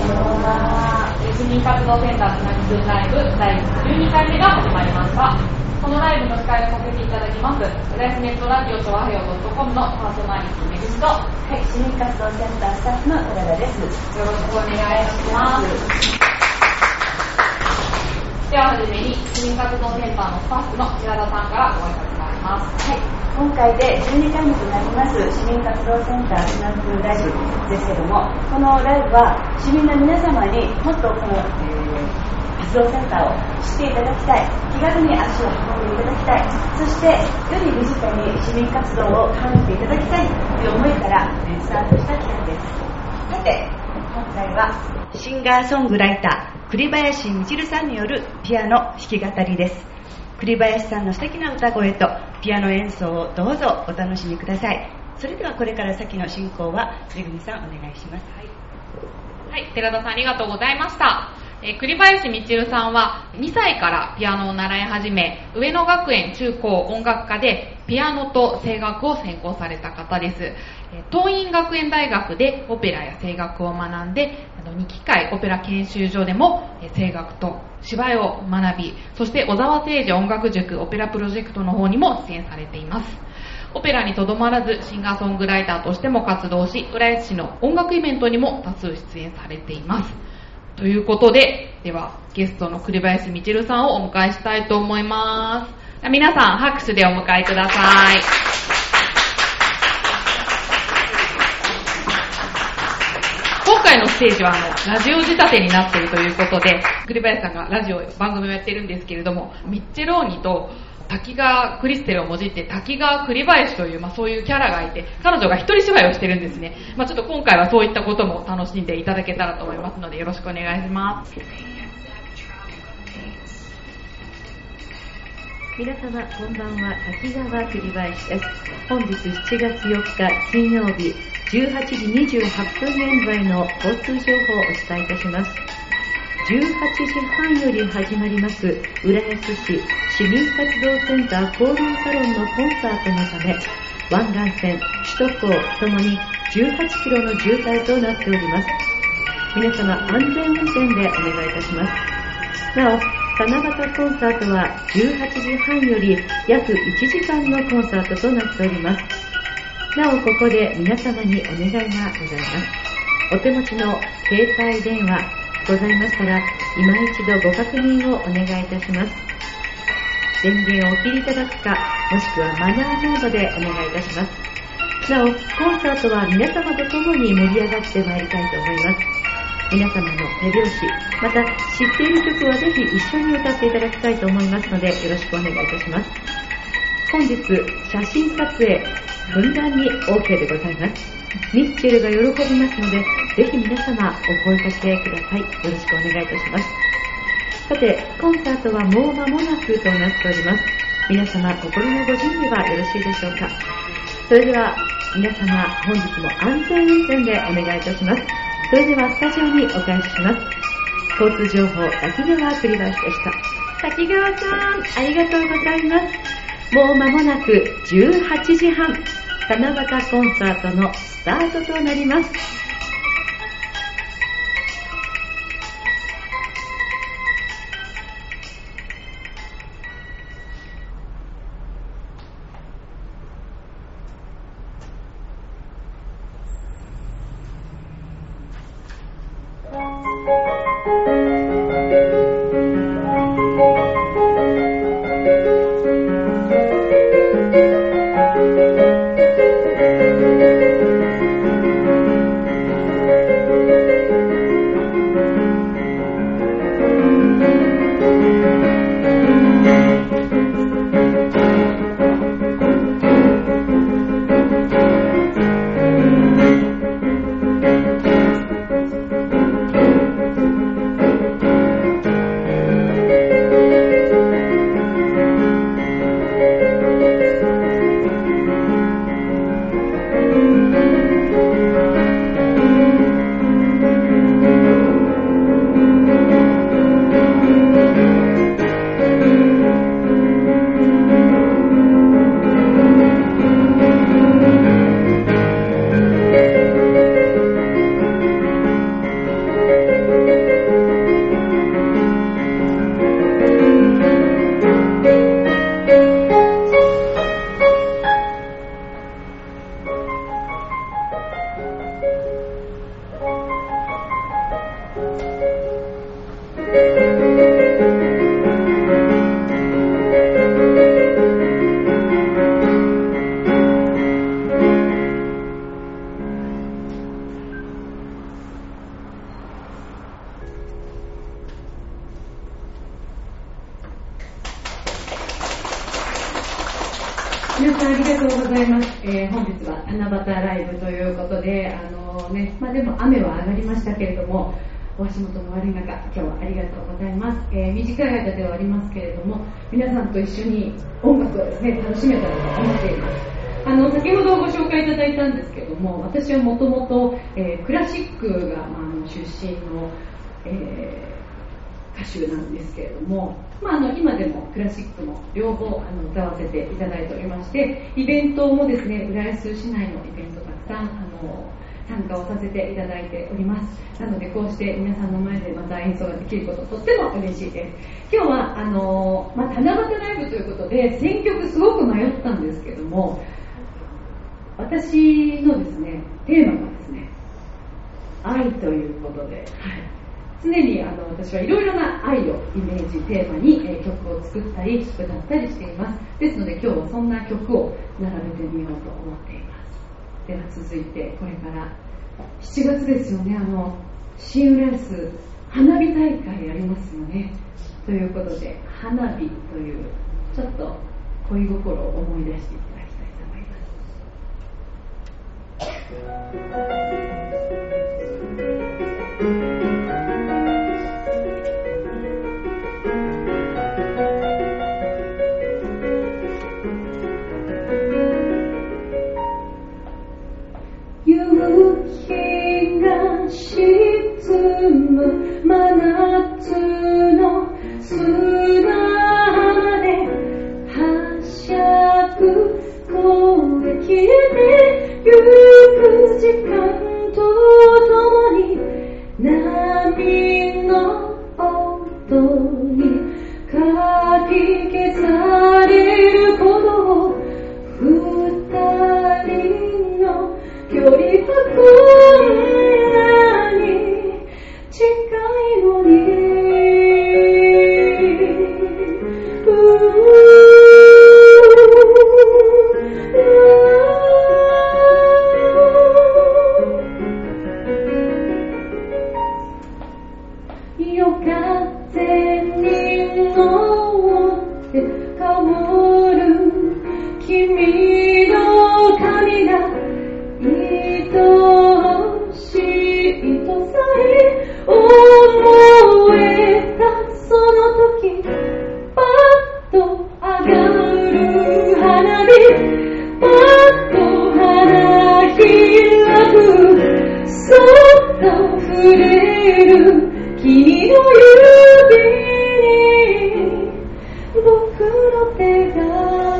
市民活動センターつなぎくんライブ第12回目が始まりました。このライブの司会をさせていただきます浦安ネットラジオとわはよ .com のパーソナリティめぐみと、 市民活動センタースタッフの寺田です。 よろしくお願いします。でははじめに市民活動センターのスタッフの寺田さんからご挨拶があります。 今回で12回目となります市民活動センタースナックライブですけども、このライブは市民の皆様にもっとこの、活動センターを知っていただきたい、気軽に足を運んでいただきたい、そしてより身近に市民活動を感じていただきたいという思いからスタートした企画です。さて、今回はシンガーソングライター栗林みちるさんによるピアノ弾き語りです。栗林さんの素敵な歌声とピアノ演奏をどうぞお楽しみください。それではこれから先の進行はめぐみさんお願いします。 はい、寺田さんありがとうございました。栗林みちるさんは2歳からピアノを習い始め、上野学園中高音楽科でピアノと声楽を専攻された方です。桐蔭学園大学でオペラや声楽を学んで、2期会オペラ研修所でも声楽と芝居を学び、そして小沢誠二音楽塾オペラプロジェクトの方にも出演されています。オペラにとどまらずシンガーソングライターとしても活動し、浦安市の音楽イベントにも多数出演されています。ということで、ではゲストの栗林みちるさんをお迎えしたいと思います。皆さん拍手でお迎えください。今回のステージはラジオ仕立てになっているということで、栗林さんがラジオ番組をやってるんですけれども、ミッチェローニと滝川クリステルをもじって滝川栗林という、そういうキャラがいて、彼女が一人芝居をしてるんですね。ちょっと今回はそういったことも楽しんでいただけたらと思いますので、よろしくお願いします。 皆様こんばんは、滝川栗林です。本日7月4日金曜日18時28分現在の交通情報をお伝えいたします。18時半より始まります浦安市市民活動センター交流サロンのコンサートのため、湾岸線、首都高ともに18キロの渋滞となっております。皆様安全運転でお願いいたします。なお、七夕コンサートは18時半より約1時間のコンサートとなっております。なお、ここで皆様にお願いがございます。お手持ちの携帯電話ございましたら、今一度ご確認をお願いいたします。電源をお切りいただくか、もしくはマナーモードでお願いいたします。なお、コンサートは皆様と共に盛り上がってまいりたいと思います。皆様の手拍子、また知っている曲はぜひ一緒に歌っていただきたいと思いますので、よろしくお願いいたします。本日、写真撮影、ふんだんに OK でございます。ミッチェルが喜びますので、ぜひ皆様お声掛けください。よろしくお願いいたします。さて、コンサートはもう間もなくとなっております。皆様、心のご準備はよろしいでしょうか。それでは、皆様、本日も安全運転でお願いいたします。それでは、スタジオにお返しします。交通情報、滝川栗林でした。滝川さん、ありがとうございます。もう間もなく18時半、七夕コンサートのスタートとなります。 皆さんありがとうございます。本日は七夕ライブということで、でも雨は上がりましたけれども、お足元の悪い中、今日はありがとうございます。短い間ではありますけれども、皆さんと一緒に音楽をですね、楽しめたらと思っています。先ほどご紹介いただいたんですけども、私はもともとクラシックが、出身の、歌手なんですけれども、今でもクラシックも両方歌わせていただいておりまして、イベントもですね、浦安市内のイベントたくさん参加をさせていただいております。なのでこうして皆さんの前でまた演奏ができることとっても嬉しいです。今日は七夕ライブということで選曲すごく迷ったんですけども、私のですねテーマがですね愛ということで、常に私はいろいろな愛をイメージテーマに、曲を作ったり歌ったりしています。ですので今日はそんな曲を並べてみようと思っています。では続いてこれから7月ですよね、新浦安花火大会やりますよね。ということで花火というちょっと恋心を思い出していただきたいと思います。夕日が沈む真夏の砂浜ではしゃぐ声消えてゆく時間とともに波の音にかき消されることを二人の距離はこんなに近いのに夜風に乗って香る君の髪が愛しいとさえ思えたその時、パッと上がる花火、パッと花開く、そっと触れる君の指に僕の手が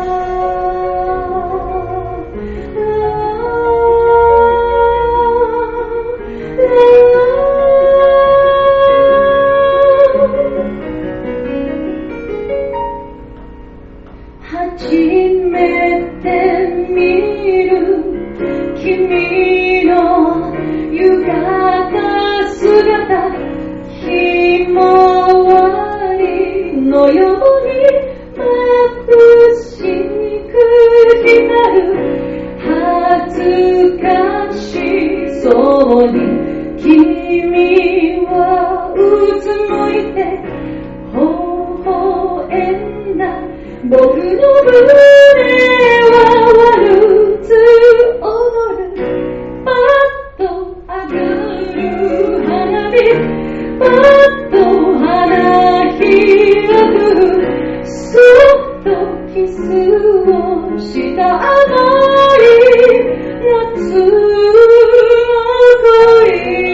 初めて見る君の浴衣姿、ひまわりのように眩しく光る、恥ずかしそうに君はうつむいて微笑んだ、僕の胸はワルツ踊る、パッと上がる花火、パッと花開く、そっとキスをした甘い夏の恋、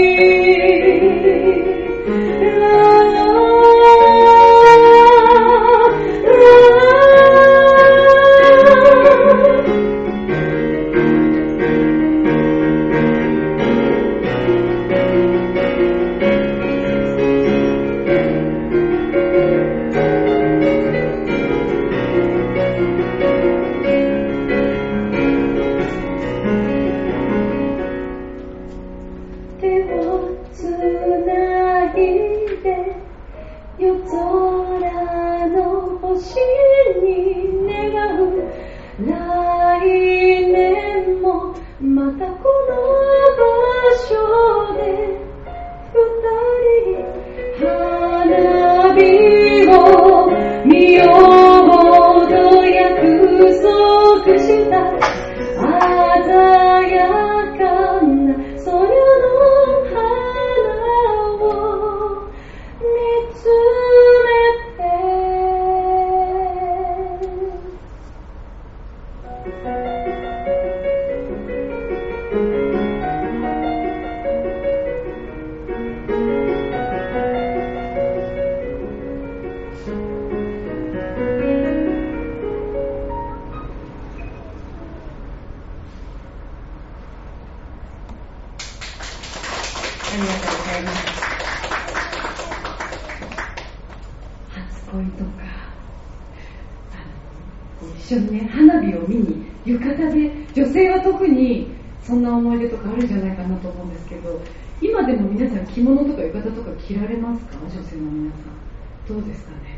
夜空の星に願う、来年もまたこの場所で二人花火を見ようと約束ざいます。初恋とか、一緒にね、花火を見に浴衣で、女性は特にそんな思い出とかあるんじゃないかなと思うんですけど、今でも皆さん着物とか浴衣とか着られますか？女性の皆さんどうですかね。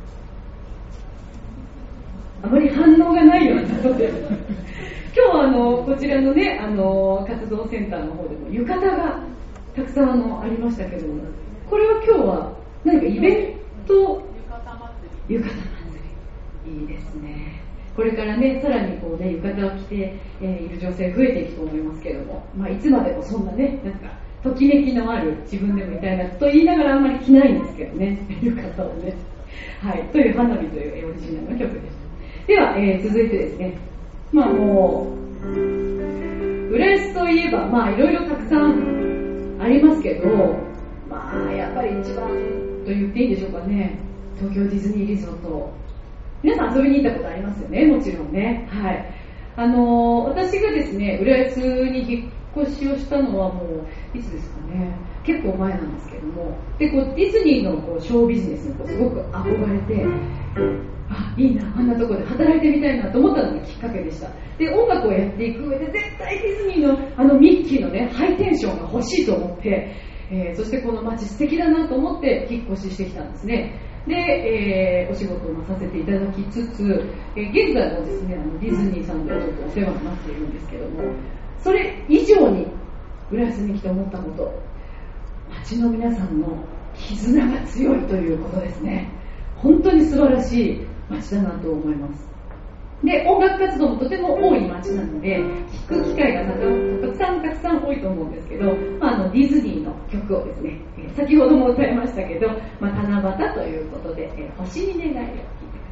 あまり反応がないようなので今日はこちらのね活動センターの方でも浴衣がたくさんありましたけども、これは今日は何かイベント、浴衣祭りいいですね。これからね、さらにこうね、浴衣を着て、いる女性増えていくと思いますけども、いつまでもそんなね、なんかときめきのある自分でもいたいなと言いながらあんまり着ないんですけどね、浴衣をね。はい、という花火というオリジナルの曲です。では、続いてですね、もう浦安といえばいろいろたくさんありますけど、やっぱり一番と言っていいんでしょうかね、東京ディズニーリゾート、皆さん遊びに行ったことありますよね、もちろんね。はい。私がですね、浦安に引っ越しをしたのはもういつですかね、結構前なんですけども、でこうディズニーのショービジネスにすごく憧れて、いいな、あんなところで働いてみたいなと思ったのがきっかけでした。で、音楽をやっていく上で絶対ディズニーのミッキーのね、ハイテンションが欲しいと思って、そしてこの街素敵だなと思って引っ越ししてきたんですね。で、お仕事をさせていただきつつ、現在もですね、ディズニーさんでちょっとお世話になっているんですけども、それ以上に浦安に来て思ったこと、街の皆さんの絆が強いということですね。本当に素晴らしい街だなと思います。で、音楽活動もとても多い街なので、聴く機会がたくさん多いと思うんですけど、ディズニーの曲をですね、先ほども歌いましたけど、七夕ということで、星に願いを聴いてください。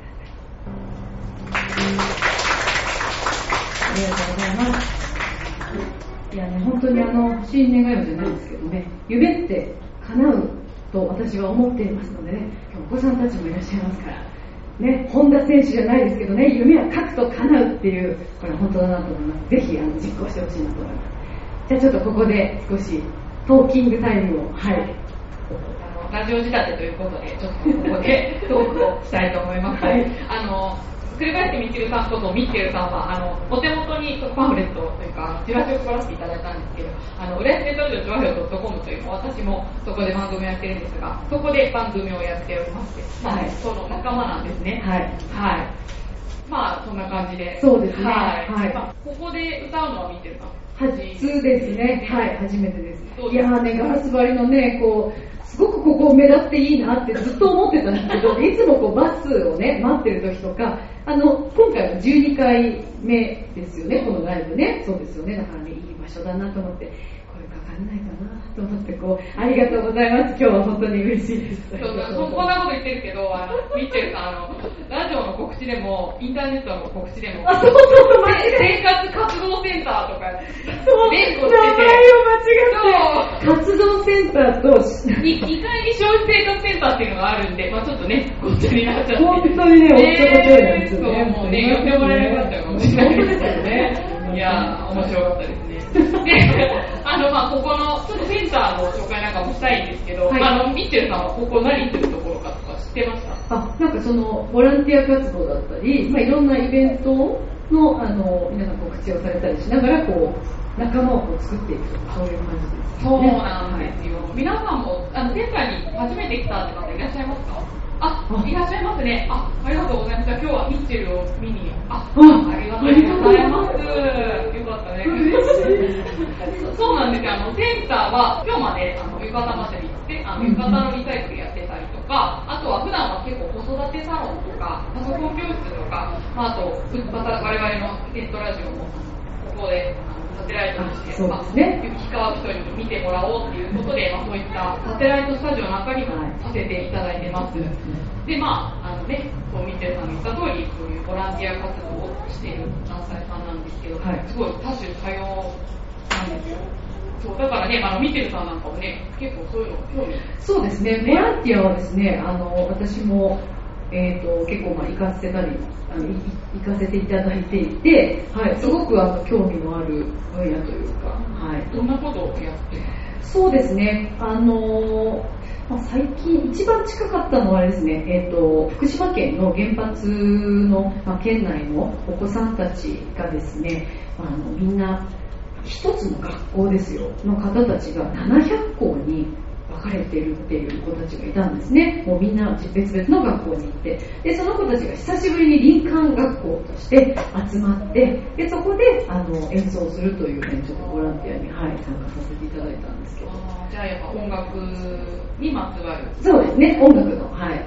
ありがとうございます。いやね、本当に星に願いをじゃないんですけどね、夢って叶うと私は思っていますのでね、お子さんたちもいらっしゃいますからね、本田選手じゃないですけどね、夢は書くと叶うっていう、これは本当だなと思います。ぜひ実行してほしいなと思います。じゃあちょっとここで少しトーキングタイムを、 ラジオ仕立てということで、ちょっとここでトークをしたいと思います。栗林みちるさんことミッチェルさんはお手元にパンフレットというかチラシを配らせていただいたんですけど、浦安ネットラジオ調和表 .com というのを私もそこで番組をやってるんですが、そこで番組をやっておりまして、その仲間なんですね。そんな感じで。 そうですね。 ここで歌うのは見てるか初ですね。初めてです。いやーね、ガラス張りのね、すごくここ目立っていいなってずっと思ってたんですけど、いつもバスをね、待ってる時とか、今回は12回目ですよね、このライブね。そうですよね。だからね、いい場所だなと思って、声かかんないかなと思って、ありがとうございます。今日は本当に嬉しいです。 こんなこと言ってるけど、ミッチェルさん、ラジオの告知でも、インターネットの告知でも、生活活動センターとか、連呼してて、 名前を間違って、活動センターと、 2階に消費生活センターっていうのがあるんで、ちょっとね、ごっちゃになっちゃって。 本当にね、おっちょこちょいなんですよね。 もうね、呼んでもらえなかったかもしれないですよね。いやー、面白かったですね。で、ここの、ちょっとセンターの紹介なんかもしたいんですけど、ミッチェルさんはここ何するところかとか知ってました？ なんかその、ボランティア活動だったり、いろんなイベントの、皆さん告知をされたりしながら、仲間を作っていくとか、そういう感じです、ね。 そうなんですよ。皆さんも、センターに初めて来たって方いらっしゃいますか？いらっしゃいますね。ありがとうございます。今日はミッチェルを見に。ありがとうございます。よかったね。そうなんですよ。センターは今日まで浴衣祭りって浴衣のリサイクルやってたりとか、あとは普段は結構子育てサロンとかパソコン教室とか、あと我々のネットラジオもここでサテライトにして、氷川人に見てもらおうっていうことで、そういったサテライトスタジオの中にもさせていただいてます。で、ミッチェルさんの言った通り、そういうボランティア活動をしている団体さんなんですけど、すごい多種多様なんですよ。そうだからね、ミッチェルさんなんかもね、結構そういうの興味。 そうですね、ボランティアはですね、私も結構行かせたり行かせていただいていて、はい、すごく興味のある分野というか、はい、 どんなことをやってますか？ そうですね、最近一番近かったのはですね、福島県の原発の、県内のお子さんたちがですね、みんな一つの学校ですよの方たちが700校に分かれてるっていう子たちがいたんですね。もうみんな別々の学校に行って、でその子たちが久しぶりに林間学校として集まって、でそこで演奏するというね、ちょっとボランティアに、はい、参加させていただいたんですけど。 じゃあやっぱ音楽にまつわる。 そうですね、音楽の、はい。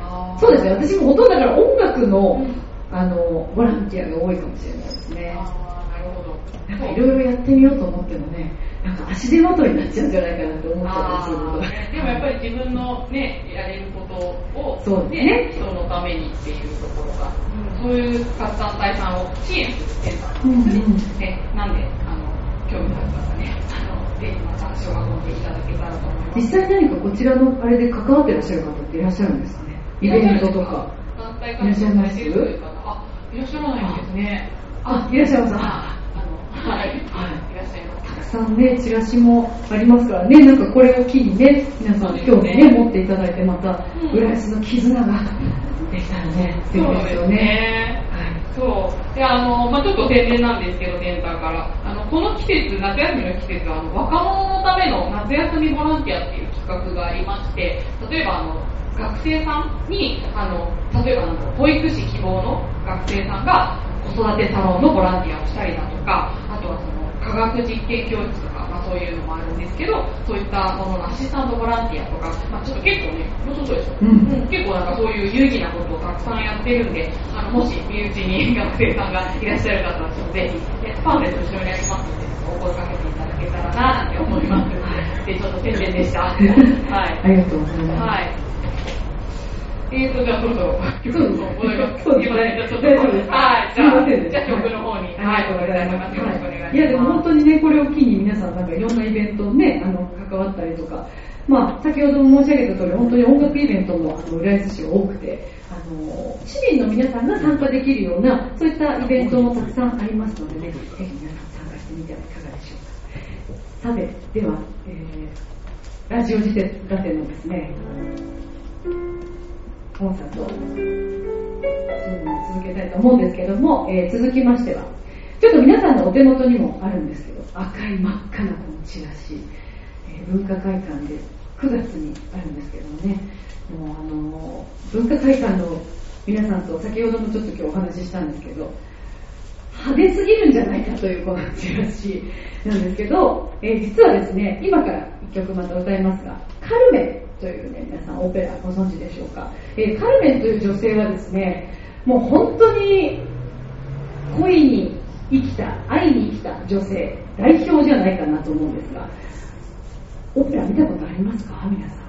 そうですね、私もほとんどだから音楽の、ボランティアが多いかもしれないですね。 なるほど。 なんかいろいろやってみようと思ってもね、なんか足手まといになっちゃうんじゃないかなって思っちゃったりすることが。 でもやっぱり自分のね、やれることを、 そうですね、 人のためにっていうところが、そういう活団体さんを支援するセンターなんですね。なんで、興味がある方ね、ぜひまた足を運んでいただけたらと思います。 実際何かこちらのあれで関わってらっしゃる方っていらっしゃるんですかね。イベントとか。 団体からいらっしゃいます？いらっしゃらないんですね。 いらっしゃいます。 はい。いらっしゃいます。 たくさんね、チラシもありますからね、なんかこれを機にね、皆さん興味ね、持っていただいて、また、浦安の絆ができたらね、素敵ですよね。 そう。で、ちょっと宣伝なんですけど、センターから。この季節、夏休みの季節は、若者のための夏休みボランティアっていう企画がありまして、例えば、学生さんに、例えば、保育士希望の学生さんが、子育てサロンのボランティアをしたりだとか、あとは科学実験教室とか、そういうのもあるんですけど、そういったもののアシスタントボランティアとか、ちょっと結構ね、面白そうでしょ、結構なんかそういう有意義なことをたくさんやってるんで、もし身内に学生さんがいらっしゃる方は、ちょっとぜひ、パンフレット後ろにありますので、お声かけていただけたらなって思います。で、ちょっと宣伝でした。はい。 ありがとうございます。 はい。じゃあそろそろ曲の方お願いします。 そうですね。 はい。じゃあ曲の方に。 ありがとうございます。 よろしくお願いします。 いやでも本当にね、これを機に皆さんなんかいろんなイベントをね、関わったりとか、先ほども申し上げた通り、本当に音楽イベントも浦安市は多くて、市民の皆さんが参加できるような、そういったイベントもたくさんありますのでね、ぜひ皆さん参加してみてはいかがでしょうか。さて、では、ラジオ辞典ラテのですね、コンサートを続けたいと思うんですけども、続きましては、ちょっと皆さんのお手元にもあるんですけど、赤い真っ赤なこのチラシ、文化会館で9月にあるんですけどもね、もう文化会館の皆さんと先ほどもちょっと今日お話ししたんですけど、派手すぎるんじゃないかというこのチラシなんですけど、実はですね、今から1曲また歌いますが、カルメンというね、皆さんオペラご存知でしょうか。カルメンという女性はですね、もう本当に恋に生きた、愛に生きた女性代表じゃないかなと思うんですが、オペラ見たことありますか、皆さん。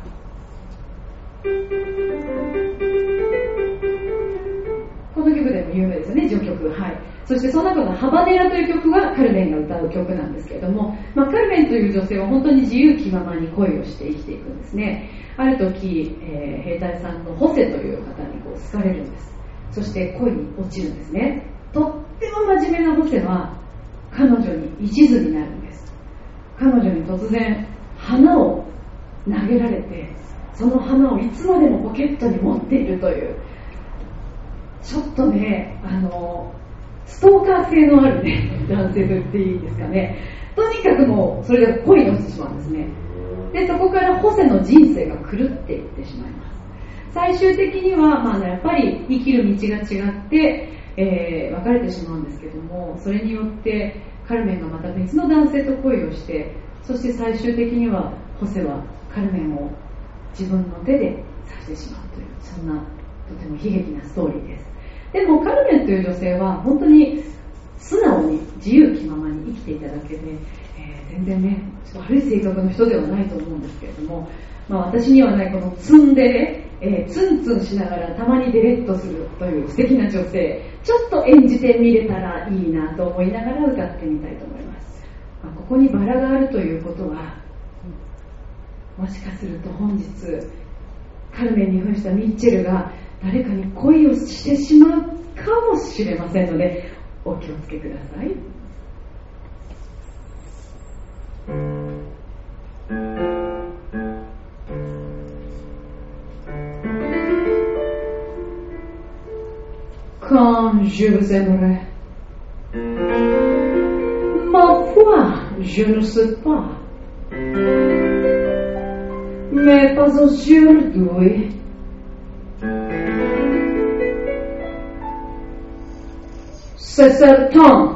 この曲でも有名ですよね、序曲。はい。そしてその中のハバネラという曲はカルメンが歌う曲なんですけれども、カルメンという女性は本当に自由気ままに恋をして生きていくんですね。ある時、兵隊さんのホセという方に好かれるんです。そして恋に落ちるんですね。とっても真面目なホセは彼女に一途になるんです。彼女に突然花を投げられて、その花をいつまでもポケットに持っているという、ちょっとね、ストーカー性のあるね、男性と言っていいですかね。とにかくもうそれが恋に落ちてしまうんですね。で、そこからホセの人生が狂っていってしまいます。最終的には、やっぱり生きる道が違って、別れてしまうんですけども、それによってカルメンがまた別の男性と恋をして、そして最終的にはホセはカルメンを自分の手で刺してしまうという、そんなとても悲劇なストーリーです。でもカルメンという女性は本当に素直に自由気ままに生きていただけで、全然ね、悪い性格の人ではないと思うんですけれども、私にはないこのツンデレ、ツンツンしながらたまにデレッとするという素敵な女性、ちょっと演じてみれたらいいなと思いながら歌ってみたいと思います。ここにバラがあるということは、もしかすると本日カルメンに扮したミッチェルが誰かに恋をしてしまうかもしれませんのでお気をつけください。Quand je vous aimerai, ma foi, je ne sais pas, mais pas aujourd'hui. C'est certain.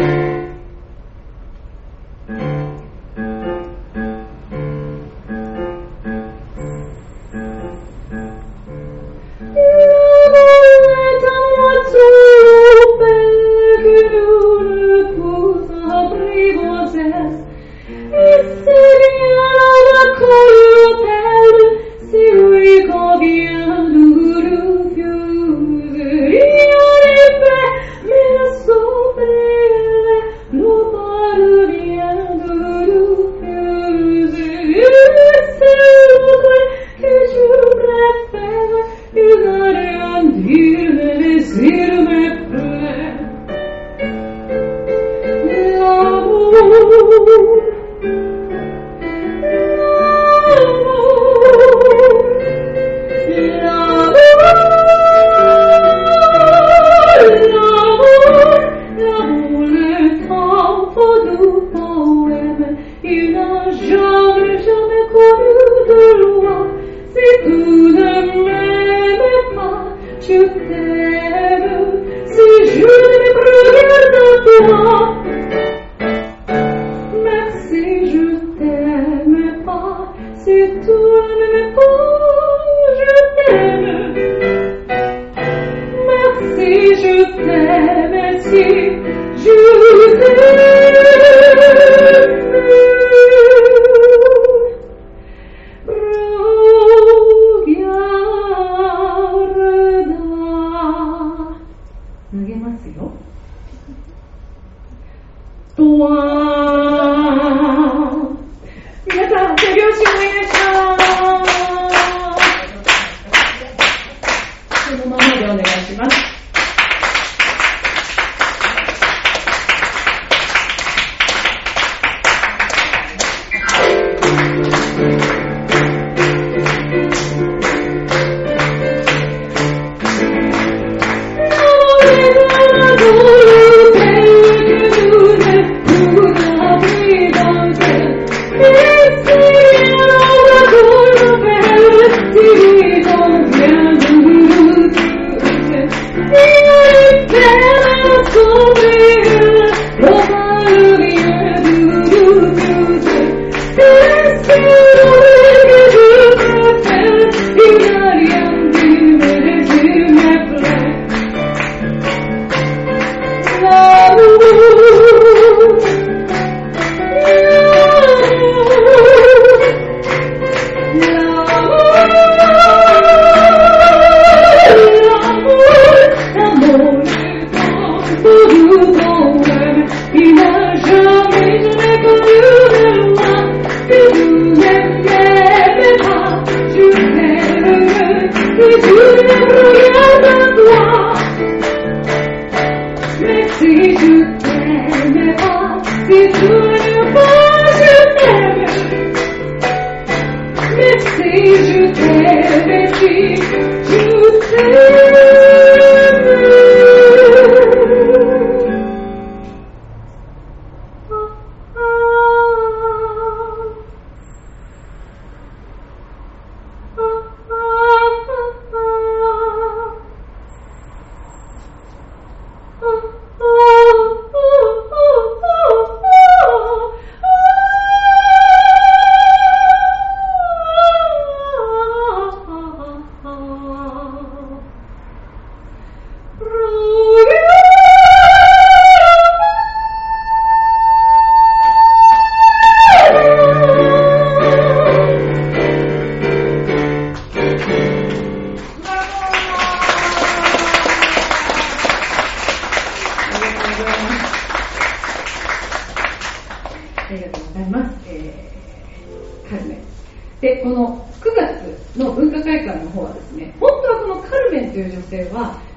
で、この9月の文化会館の方はですね、本当はこのカルメンという女性は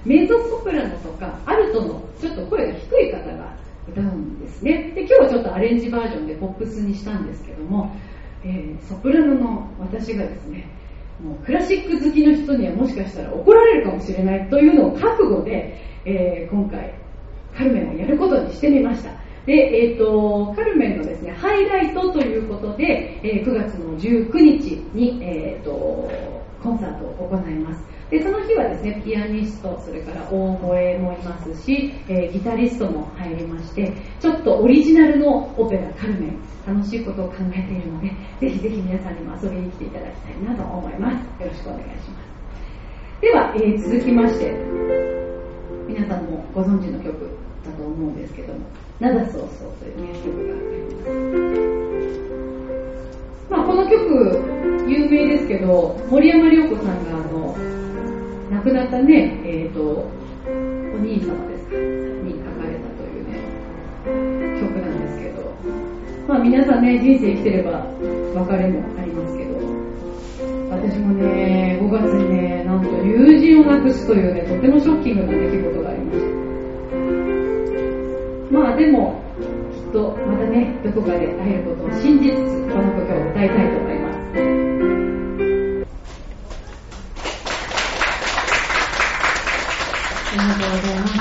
メゾソプラノとかアルトのちょっと声が低い方が歌うんですね。で今日はちょっとアレンジバージョンでポップスにしたんですけども、ソプラノの私がですね、もうクラシック好きの人にはもしかしたら怒られるかもしれないというのを覚悟で、今回カルメンをやることにしてみました。で、カルメンのですねハイライトということで、9月の19日に、コンサートを行います。でその日はですねピアニスト、それからオーボエもいますし、ギタリストも入りまして、ちょっとオリジナルのオペラカルメン、楽しいことを考えているので、ぜひぜひ皆さんにも遊びに来ていただきたいなと思います。よろしくお願いします。では、続きまして皆さんもご存知の曲だと思うんですけども、灘そうそうという、曲があります。この曲有名ですけど、森山良子さんが亡くなったね、お兄様ですかに書かれたというね曲なんですけど、皆さんね人生生きてれば別れもありますけど、私もね5月にねなんと友人を亡くすというねとてもショッキングな出来事がありました。でもきっとまたねどこかで会えることを信じつつ、この曲を歌いたいと思います。ありがとうございます。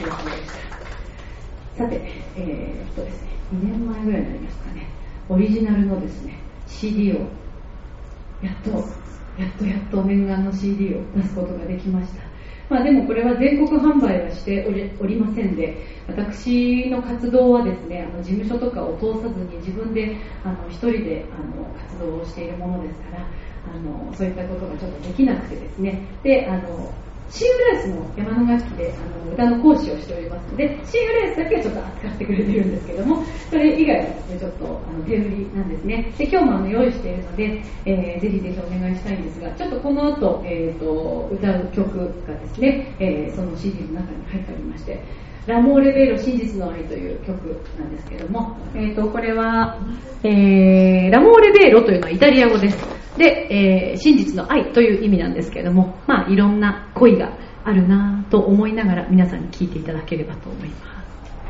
さて、ですね、2年前ぐらいになりますかね、オリジナルのですね CD をやっと念願の CD を出すことができました。でもこれは全国販売はしておりませんで、私の活動はですね事務所とかを通さずに自分で一人で活動をしているものですから、そういったことがちょっとできなくてですね、でシーフライスの山の楽器で歌の講師をしておりますので、シーフライスだけはちょっと扱ってくれてるんですけども、それ以外はですねちょっと手売りなんですね。で今日も用意しているので、ぜひぜひお願いしたいんですが、ちょっとこの後、歌う曲がですね、その CD の中に入っておりまして、ラモーレベーロ真実の愛という曲なんですけども、これは、ラモーレベーロというのはイタリア語です。で、真実の愛という意味なんですけれども、いろんな恋があるなと思いながら皆さんに聴いていただければと思います。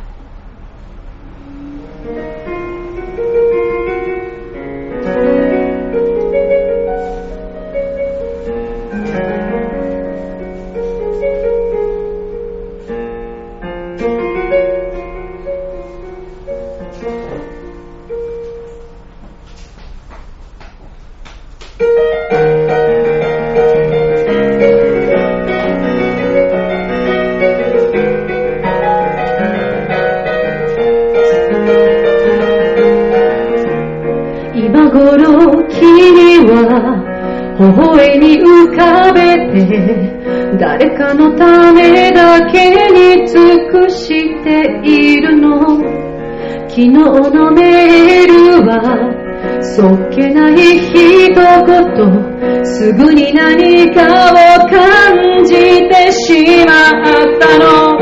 微笑み浮かべて、誰かのためだけに尽くしているの。昨日のメールはそっけない一言、すぐに何かを感じてしまったの。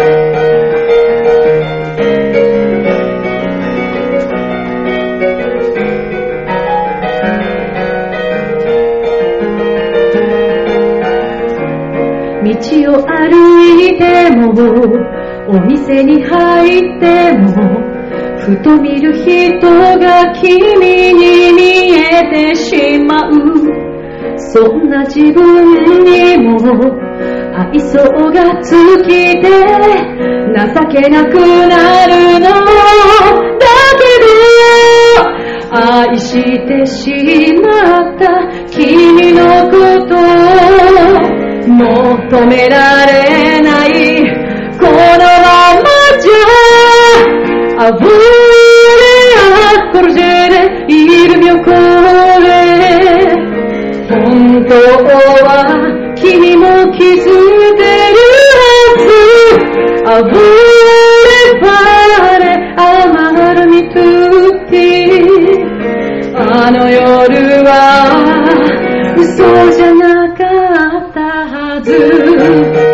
道を歩いても、お店に入っても、ふと見る人が君に見えてしまう。そんな自分にも愛想が尽きて情けなくなるのだけど、愛してしまった君のことを求められない、このままじゃあぶれあこるじでいるみょこれ、本当は君も気づいてるはず、あぶればれあまるみとってあの夜は嘘じゃなかったはず。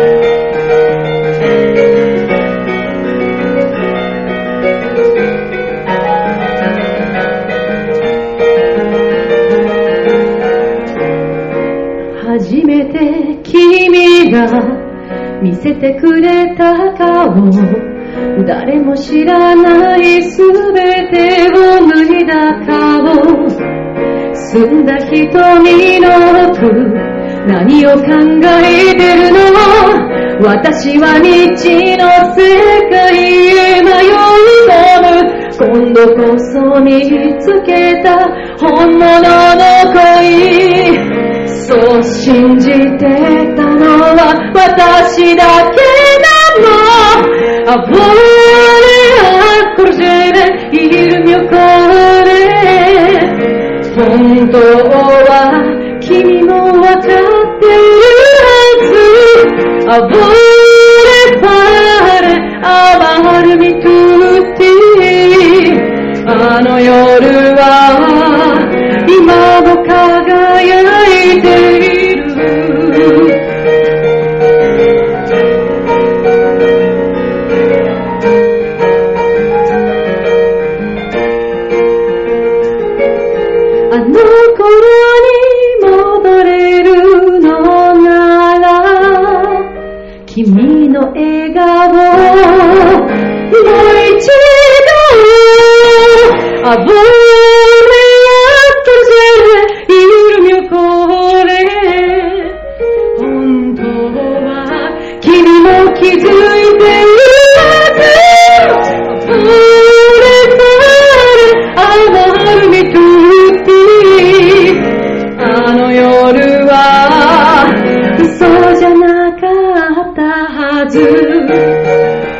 初めて君が見せてくれた顔、誰も知らないすべてを脱いだ顔、澄んだ瞳の奥、何を考えてるの、私は未知の世界へ迷い込む、今度こそ見つけた本物の恋、そう信じてたのは私だけなの。A vuole accorgere il mio cuore, 本当は君もわかってるはず。A vuole fare amarmi tutti, あの夜は今も輝いている。あの頃に戻れるのなら、君の笑顔もう一度、A vuole accorgere il mio cuore, 本当は君も気づいているはず。A vuole fare amarmi tutti, あの夜は嘘じゃなかったはず。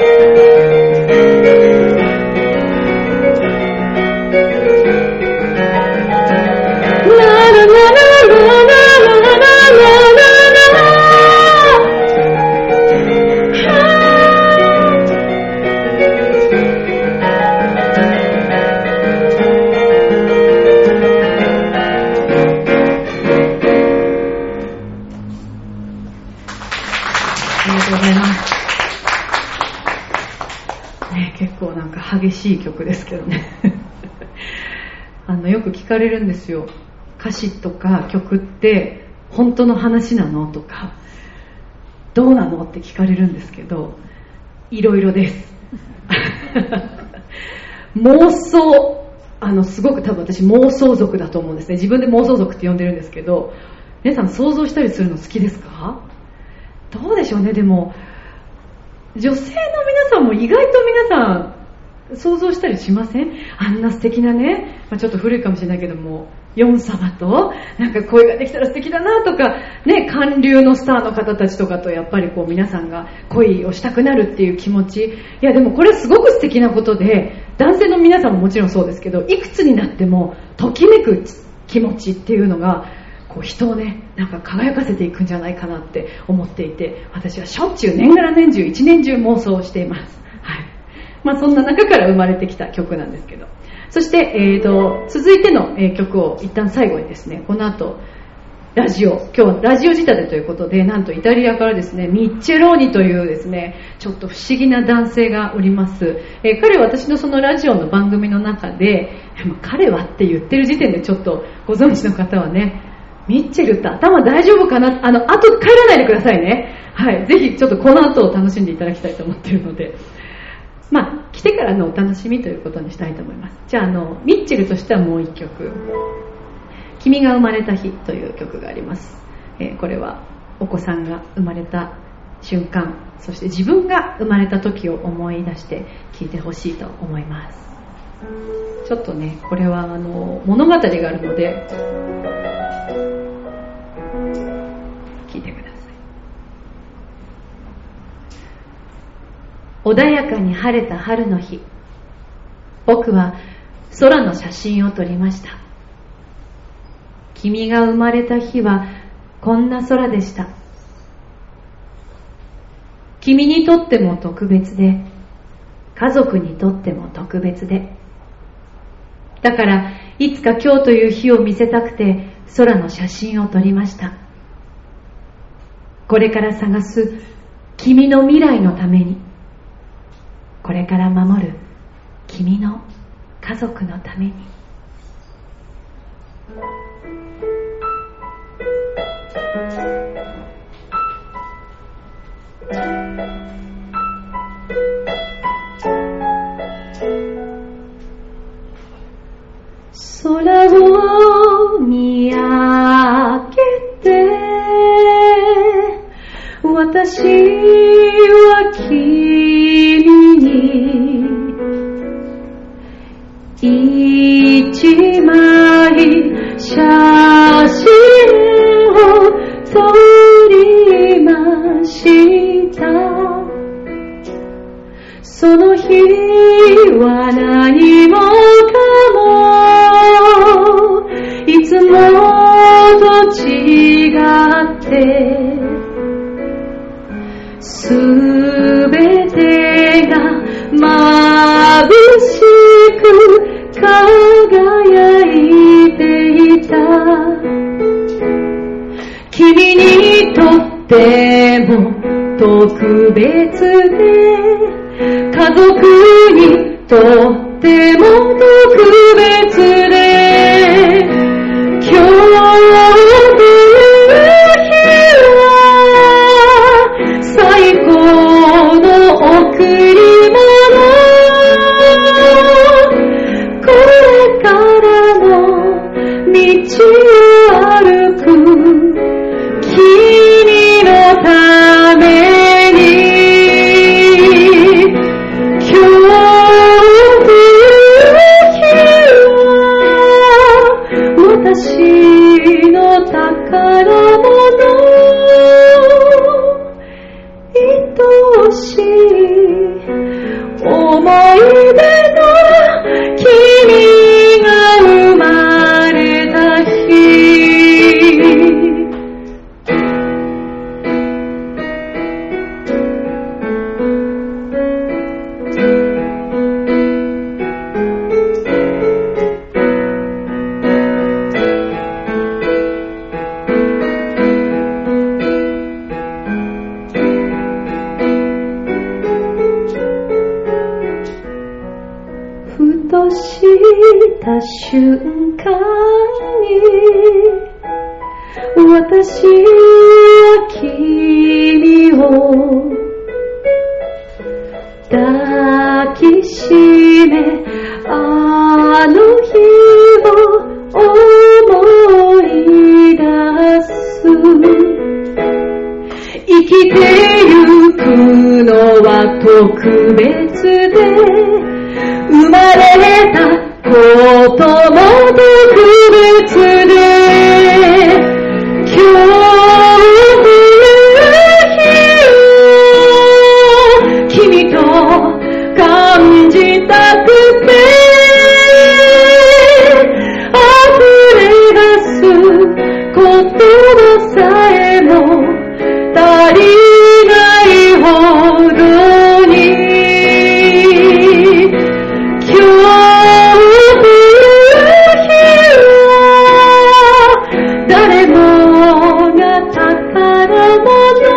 激しい曲ですけどねよく聞かれるんですよ。歌詞とか曲って本当の話なのとかどうなのって聞かれるんですけど、いろいろです妄想、すごく多分私妄想族だと思うんですね。自分で妄想族って呼んでるんですけど、皆さん想像したりするの好きですか？どうでしょうね。でも女性の皆さんも意外と皆さん想像したりしません？あんな素敵なね、ちょっと古いかもしれないけども、ヨン様となんか恋ができたら素敵だなとかね、韓流のスターの方たちとかとやっぱりこう皆さんが恋をしたくなるっていう気持ち、いやでもこれすごく素敵なことで、男性の皆さんももちろんそうですけど、いくつになってもときめく気持ちっていうのがこう人をね、なんか輝かせていくんじゃないかなって思っていて、私はしょっちゅう年がら年中一年中妄想をしています。はい。そんな中から生まれてきた曲なんですけど、そして、続いての、曲を一旦最後にですね、この後ラジオ、今日はラジオ仕立てということで、なんとイタリアからですね、ミッチェローニというですね、ちょっと不思議な男性がおります。彼は私のそのラジオの番組の中で、彼はって言ってる時点でちょっとご存知の方はね、ミッチェルって頭大丈夫かな、あと帰らないでくださいね。はい、ぜひちょっとこの後を楽しんでいただきたいと思っているので、来てからのお楽しみということにしたいと思います。じゃあ、ミッチェルとしてはもう一曲、君が生まれた日という曲があります。これはお子さんが生まれた瞬間、そして自分が生まれた時を思い出して聴いてほしいと思います。ちょっとね、これは物語があるので聴いてください。穏やかに晴れた春の日、僕は空の写真を撮りました。君が生まれた日はこんな空でした。君にとっても特別で、家族にとっても特別で、だからいつか今日という日を見せたくて空の写真を撮りました。これから探す君の未来のために、これから守る君の家族のために。 私は君に一枚写真を撮りました。その日は何もかもいつもと違ってすべてが眩しく輝いていた。君にとっても特別で家族にとっても特別で今日という日は最高の贈り物。これからの道を歩く君のために今日という日は私の宝物。愛しい思い出の君が生まれた日。ふとした瞬間に私は君を抱きしめあの日を思い出す。生きてゆくのは特別で生まれたことも特別で今日という日を君と感じたくて溢れ出す言葉さえも足りないほどに今日という日は誰もが宝物。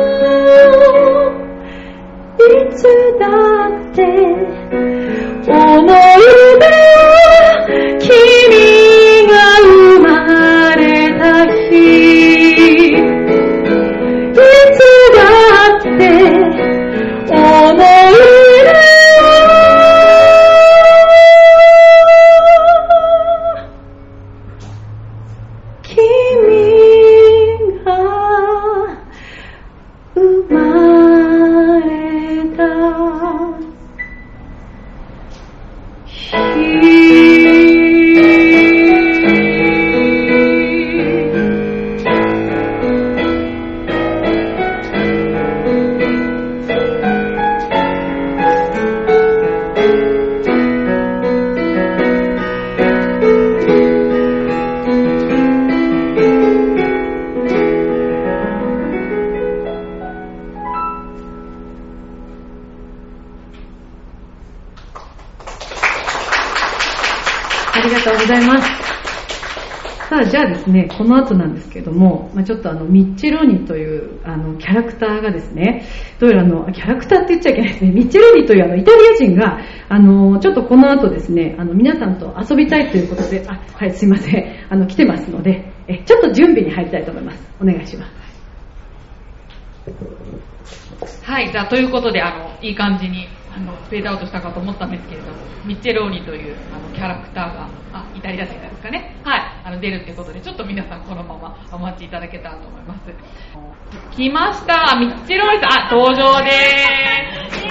いつだって思い出は君が生まれた日。いつだって思い出ありがとうございます。さあ、じゃあですね、この後なんですけども、ちょっとミッチェロニというキャラクターがですね、どうやらキャラクターって言っちゃいけないですね、ミッチェロニというイタリア人がちょっとこの後ですね、皆さんと遊びたいということで、はい、すいません、来てますので、ちょっと準備に入りたいと思います。お願いします。 はい、じゃあということでいい感じにフェードアウトしたかと思ったんですけれども、ミッチェローニというキャラクターがイタリア人ですかね、はい、出るということで、ちょっと皆さんこのままお待ちいただけたらと思います。来ました、ミッチェローニさん、登場でーす。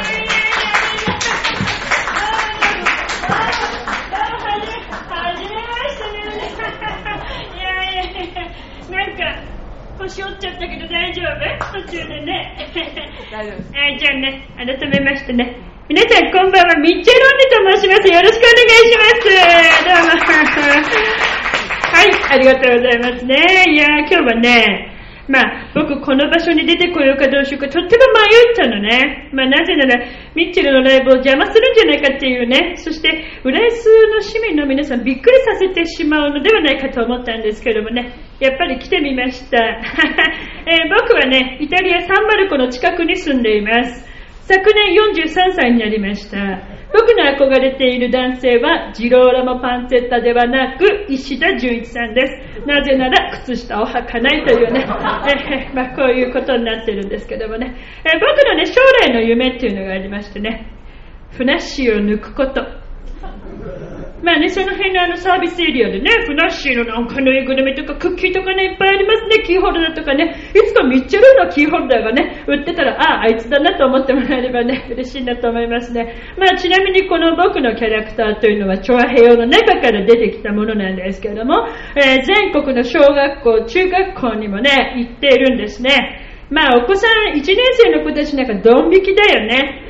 なんか腰折っちゃったけど大丈夫？途中でね。 大丈夫です。 じゃあね、改めましてね、皆さんこんばんは、ミッチェローニと申します。よろしくお願いします。どうも。はい、ありがとうございますね。いや今日はね、僕この場所に出てこようかどうしようかとっても迷ったのね。なぜならミッチェルのライブを邪魔するんじゃないかっていうね、そして浦安の市民の皆さんびっくりさせてしまうのではないかと思ったんですけどもね、やっぱり来てみました。僕はね、イタリアサンマルコの近くに住んでいます。昨年43歳になりました。僕の憧れている男性はジローラモパンツェッタではなく石田純一さんです。なぜなら靴下を履かないというね、こういうことになってるんですけどもね、僕のね将来の夢っていうのがありましてね、ふなっしーを抜くこと。その辺のサービスエリアでね、ふなっしーのなんかぬいぐるみとかクッキーとかね、いっぱいありますね。キーホルダーとかね、いつかミッチェルのキーホルダーがね、売ってたら、あいつだなと思ってもらえればね、嬉しいなと思いますね。ちなみにこの僕のキャラクターというのは、チョアヘヨの中から出てきたものなんですけれども、全国の小学校、中学校にもね、行っているんですね。お子さん、1年生の子たちなんかドン引きだよね。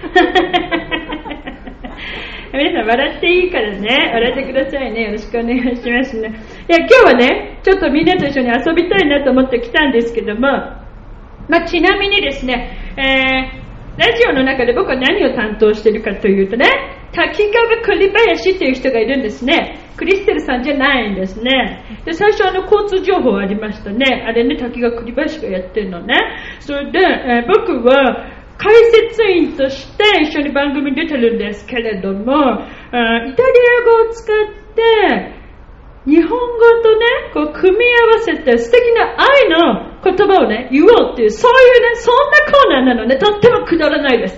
皆さん笑っていいからね、笑ってくださいね。よろしくお願いしますね。今日はね、ちょっとみんなと一緒に遊びたいなと思って来たんですけども、ちなみにですね、ラジオの中で僕は何を担当しているかというとね、滝川栗林っていう人がいるんですね。クリステルさんじゃないんですね。で、最初交通情報ありましたね。あれね、滝川栗林がやってるのね。それで、僕は解説員として一緒に番組に出てるんですけれども、イタリア語を使って日本語とね、組み合わせて素敵な愛の言葉をね、言おうっていう、そういうね、そんなコーナーなのね。とってもくだらないです。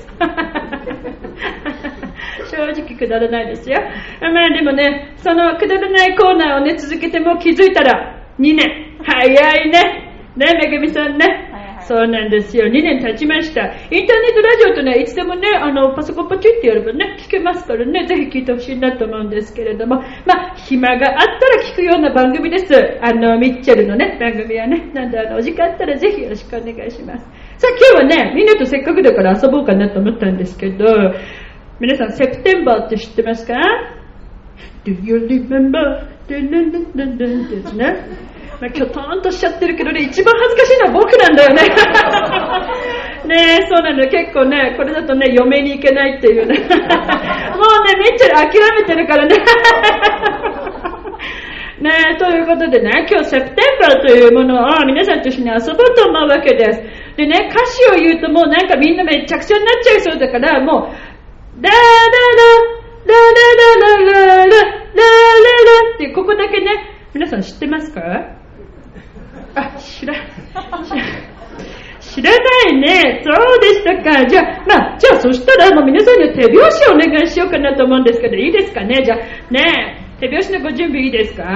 正直くだらないですよ。でもね、そのくだらないコーナーをね、続けても気づいたら2年。早いね。ね、めぐみさんね。そうなんですよ。2年経ちました。インターネットラジオとね、いつでもね、パソコンポチってやればね、聞けますからね、ぜひ聞いてほしいなと思うんですけれども、暇があったら聞くような番組です。ミッチェルのね、番組はね。なんで、お時間あったらぜひよろしくお願いします。さあ、今日はね、みんなとせっかくだから遊ぼうかなと思ったんですけど、皆さん、セプテンバーって知ってますか？ Do you remember? ってやつね。きょとんとしちゃってるけどね、一番恥ずかしいのは僕なんだよね。ねえ、そうなのよ。結構ね、これだとね、嫁に行けないっていうね。もうね、めっちゃ諦めてるからね。ねえ、ということでね、今日セプテンバーというものを皆さんと一緒に遊ぼうと思うわけです。でね、歌詞を言うともうなんかみんなめちゃくちゃになっちゃいそうだから、もう、ラララララララララララってここだけね、皆さん知ってますか？知らないね。そうでしたか。じゃあそしたらもう皆さんには手拍子をお願いしようかなと思うんですけど、いいですかね。じゃあね、手拍子のご準備いいですか？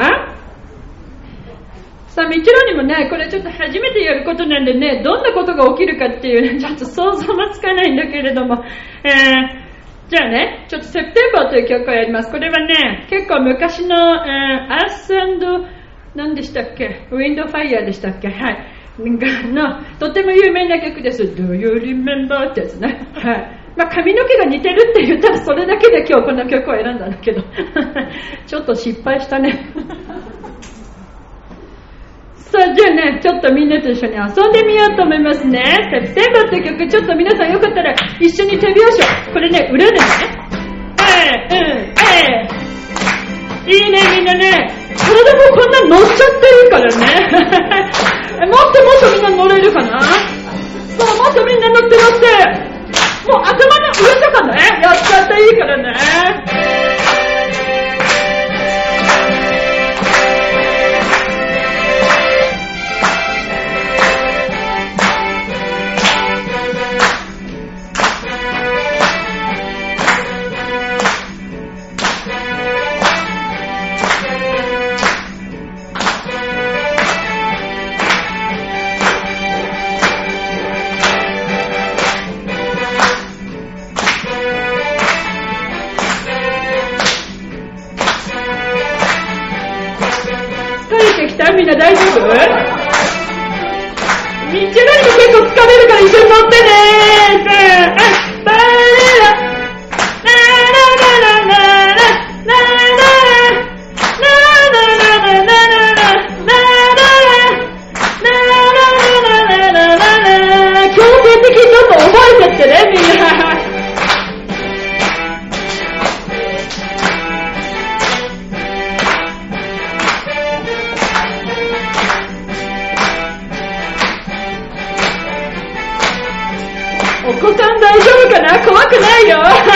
さあ、みちろにもね、これちょっと初めてやることなんでね、どんなことが起きるかっていうね、ちょっと想像もつかないんだけれども、じゃあね、ちょっとセプテンバーという曲をやります。これはね、結構昔の、アース&何でしたっけ？ウィンドファイヤーでしたっけ？はい。とても有名な曲です。Do you remember? ってやつね。はい。髪の毛が似てるって言ったらそれだけで今日この曲を選んだんだけど。ちょっと失敗したね。さあ、じゃあね、ちょっとみんなと一緒に遊んでみようと思いますね。セプテンバーって曲、ちょっと皆さんよかったら一緒に手拍子を。これね、裏でね。いいね、みんなね。体もこんな乗っちゃってるからね。もっとみんな乗れるかな？そう、もっとみんな乗って。もう頭の上とかね、やっちゃっていいからね。 ミッチェロニも結構疲れるから一緒に乗ってね。バレラララララララ強制的にちょっと覚えてってね、みんな。お子さん大丈夫かな？怖くないよ。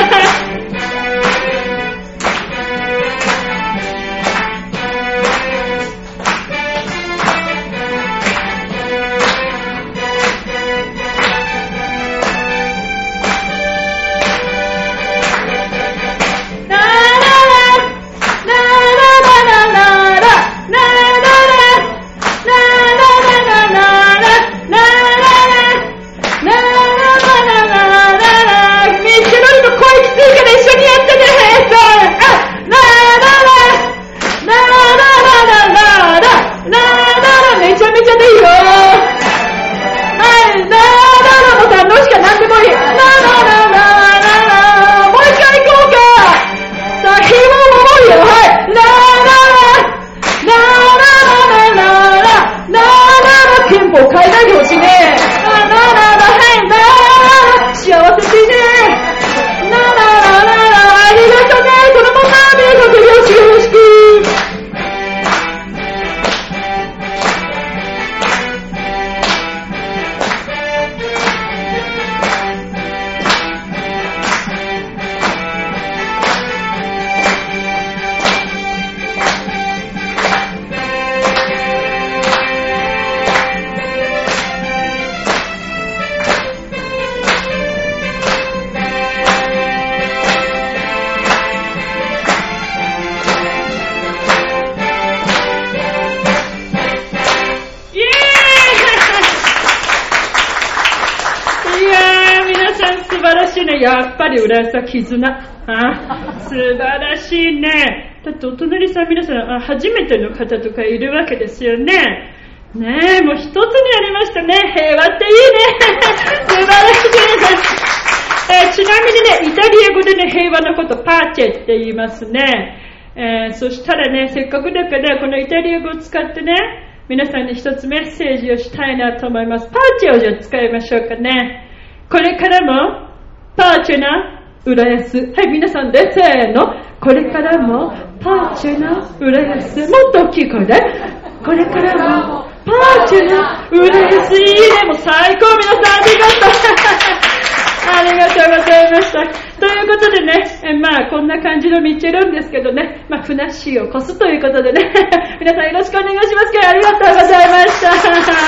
やっぱり浦安は絆。素晴らしいね。だってお隣さん皆さん初めての方とかいるわけですよね。ねえ、もう一つになりましたね。平和っていいね。素晴らしいね。ちなみにね、イタリア語でね、平和のことパーチェって言いますね。そしたらね、せっかくだからこのイタリア語を使ってね、皆さんに一つメッセージをしたいなと思います。パーチェをじゃあ使いましょうかね。これからもパーチェな浦安。はい、皆さんでせーの。これからもパーチェな浦安。もっと大きい声で。これからもパーチェな浦安。いいね。もう最高。皆さんありがとう。ありがとうございました。ということでね、まあこんな感じのミッチェロンですけどね、まあふなっしーを越すということでね、皆さんよろしくお願いしますけど、ありがとうございました。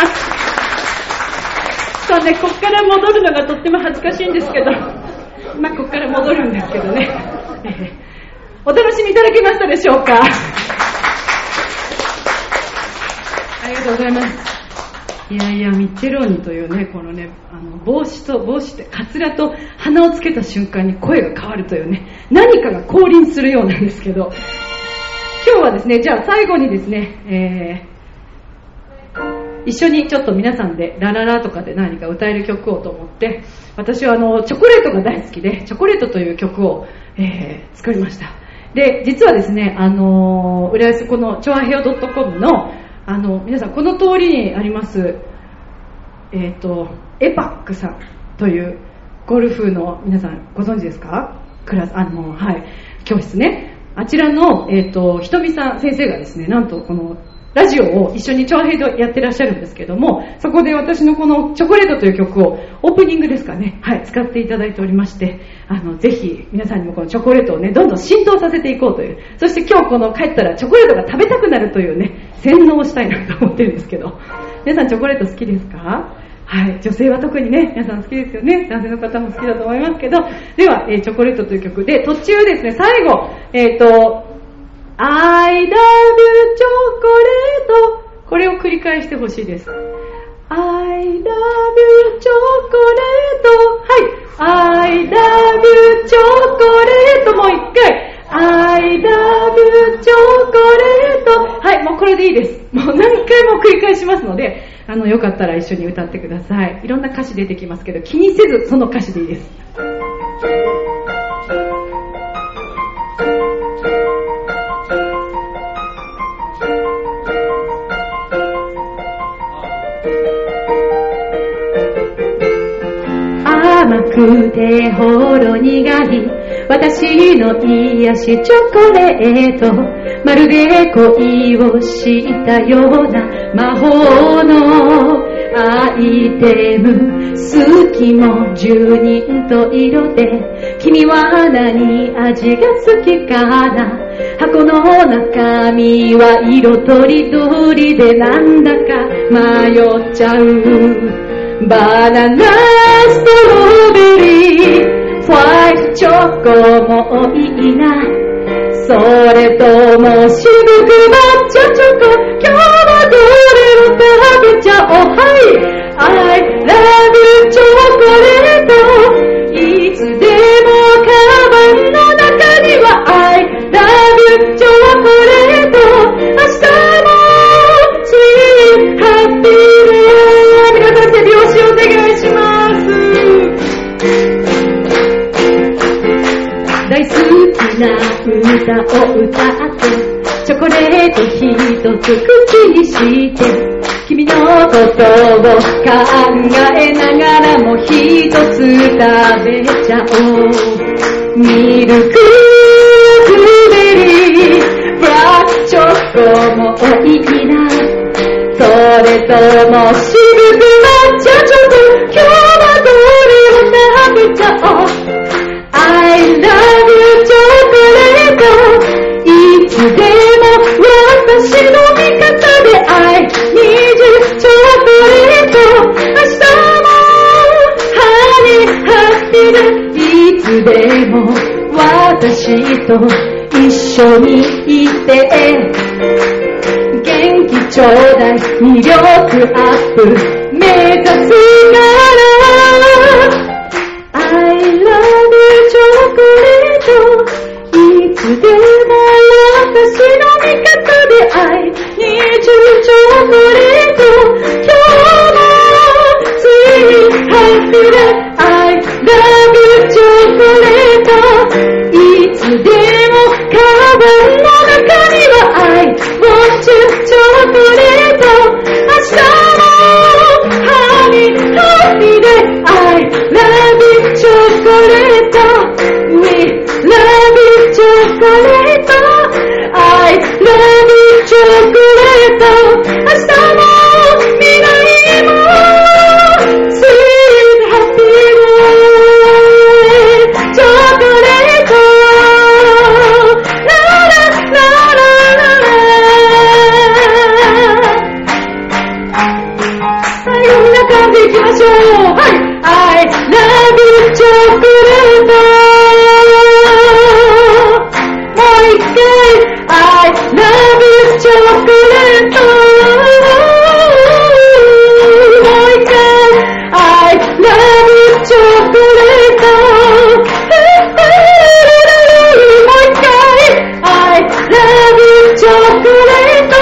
そうね、こっから戻るのがとっても恥ずかしいんですけど、まあこっから戻るんですけどね、お楽しみいただけましたでしょうか。ありがとうございます。いやいや、ミッチェローニというね、このね、帽子ってカツラと鼻をつけた瞬間に声が変わるというね、何かが降臨するようなんですけど、今日はですね、じゃあ最後にですね、一緒にちょっと皆さんでラララとかで何か歌える曲をと思って、私はチョコレートが大好きで、チョコレートという曲を、作りました。で、実はですね、浦安このチョアヘオ .com の皆さんこの通りにありますエパックさんというゴルフの皆さんご存知ですか？クラスはい、教室ね。あちらのひとみさん先生がですね、なんとこのラジオを一緒にチョアヘイでやってらっしゃるんですけども、そこで私のこのチョコレートという曲をオープニングですかね、はい、使っていただいておりまして、ぜひ皆さんにもこのチョコレートをね、どんどん浸透させていこうという、そして今日この帰ったらチョコレートが食べたくなるというね、洗脳をしたいなと思ってるんですけど、皆さんチョコレート好きですか？はい、女性は特にね、皆さん好きですよね。男性の方も好きだと思いますけど、では、チョコレートという曲で、途中ですね、最後、I love you チョコレート、これを繰り返してほしいです。I love you チョコレート、はい、I love you チョコレート、もう一回、I love you チョコレート、 はい、もうこれでいいです。もう何回も繰り返しますので、よかったら一緒に歌ってください。いろんな歌詞出てきますけど、気にせずその歌詞でいいです。甘くてほろ苦い私の癒しチョコレート、まるで恋をしたような魔法のアイテム、好きも十人と色で、君は何味が好きかな、箱の中身は色とりどりでなんだか迷っちゃう。バナナ、ストロベリー、ホワイトチョコもいいな、それともシルク抹茶チョコ、今日はどれを食べちゃおう。はい、I love you チョコレート、いつでもカバンの中には I love you チョコレート、明日も Sweet Happy Day、 皆さん手拍子お願いします。大好きな歌を歌ってチョコレート一つ口にして、君のことを考えながらも一つ食べちゃおう。ミルクベリー、ブラックチョコもいいな、それともシルク抹茶チョコ、今日はどれを食べちゃおう。I love you チョコレート、いつでも私の味方で I need you チョコレート、明日もハニーハッピーで、いつでも私と一緒にいて、元気ちょうだい、魅力アップ目指すから、I love you チョコレート、いつでも私の味方で I need you チョコレート、今日も Sweet Happy Day、 I love you チョコレート、いつでもカバンの中には I want you チョコレート、明日もハニーハッピーで I love you チョコレート、 We love you チョコレート、 I love you チョコレート、明日も未来も Sweet Happy Day チョコレート、ララララララ、最後皆さんでいきましょう。はい、I love you チョコレート、もう一回 I love you チョコレート、もう一回 I love you チョコレート、もう一回 I love you チョコレート。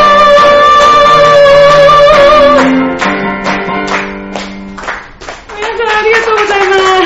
皆さんありがとうございます。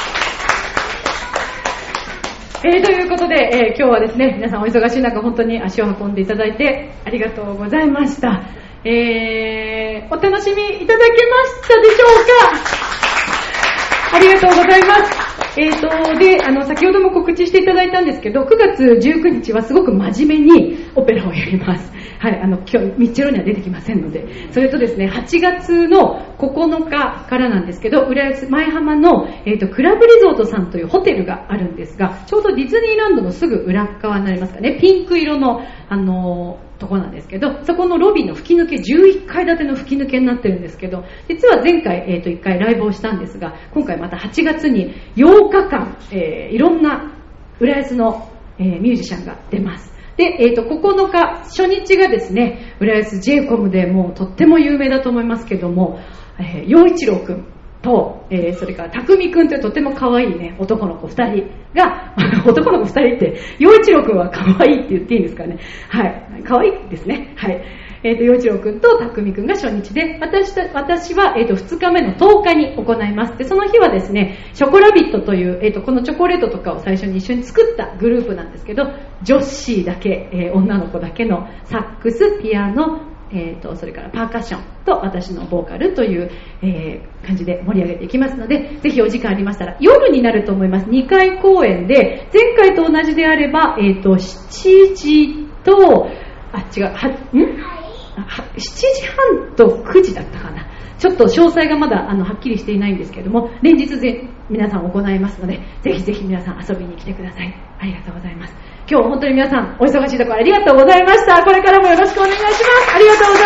ということで、今日はですね、皆さんお忙しい中本当に足を運んでいただいてありがとうございました。お楽しみいただけましたでしょうか。ありがとうございます。で、先ほども告知していただいたんですけど、9月19日はすごく真面目にオペラをやります。はい、今日ミッチェロには出てきませんので。それとですね、8月の9日からなんですけど、浦安前浜の、クラブリゾートさんというホテルがあるんですが、ちょうどディズニーランドのすぐ裏側になりますかね、ピンク色のとこなんですけど、そこのロビーの吹き抜け、11階建ての吹き抜けになってるんですけど、実は前回、1回ライブをしたんですが、今回また8月に8日間、いろんな浦安の、ミュージシャンが出ます。で、9日初日がですね、浦安 J コムでもうとっても有名だと思いますけども、陽一郎くんと、それからたくみくんというとても可愛いね、男の子2人が、男の子2人って、陽一郎くんは可愛いって言っていいんですかね。はい。可愛いですね。はい。陽一郎くんとたくみくんが初日で、私は、2日目の10日に行います。で、その日はですね、ショコラビットという、このチョコレートとかを最初に一緒に作ったグループなんですけど、女子だけ、女の子だけのサックス、ピアノ、それからパーカッションと私のボーカルという、感じで盛り上げていきますので、ぜひお時間ありましたら、夜になると思います。2回公演で、前回と同じであれば、7時と、7時半と9時だったかな。ちょっと詳細がまだはっきりしていないんですけれども、連日皆さん行いますので、ぜひぜひ皆さん遊びに来てください。ありがとうございます。今日本当に皆さんお忙しいところありがとうございました。これからもよろしくお願いします。ありがとうございます。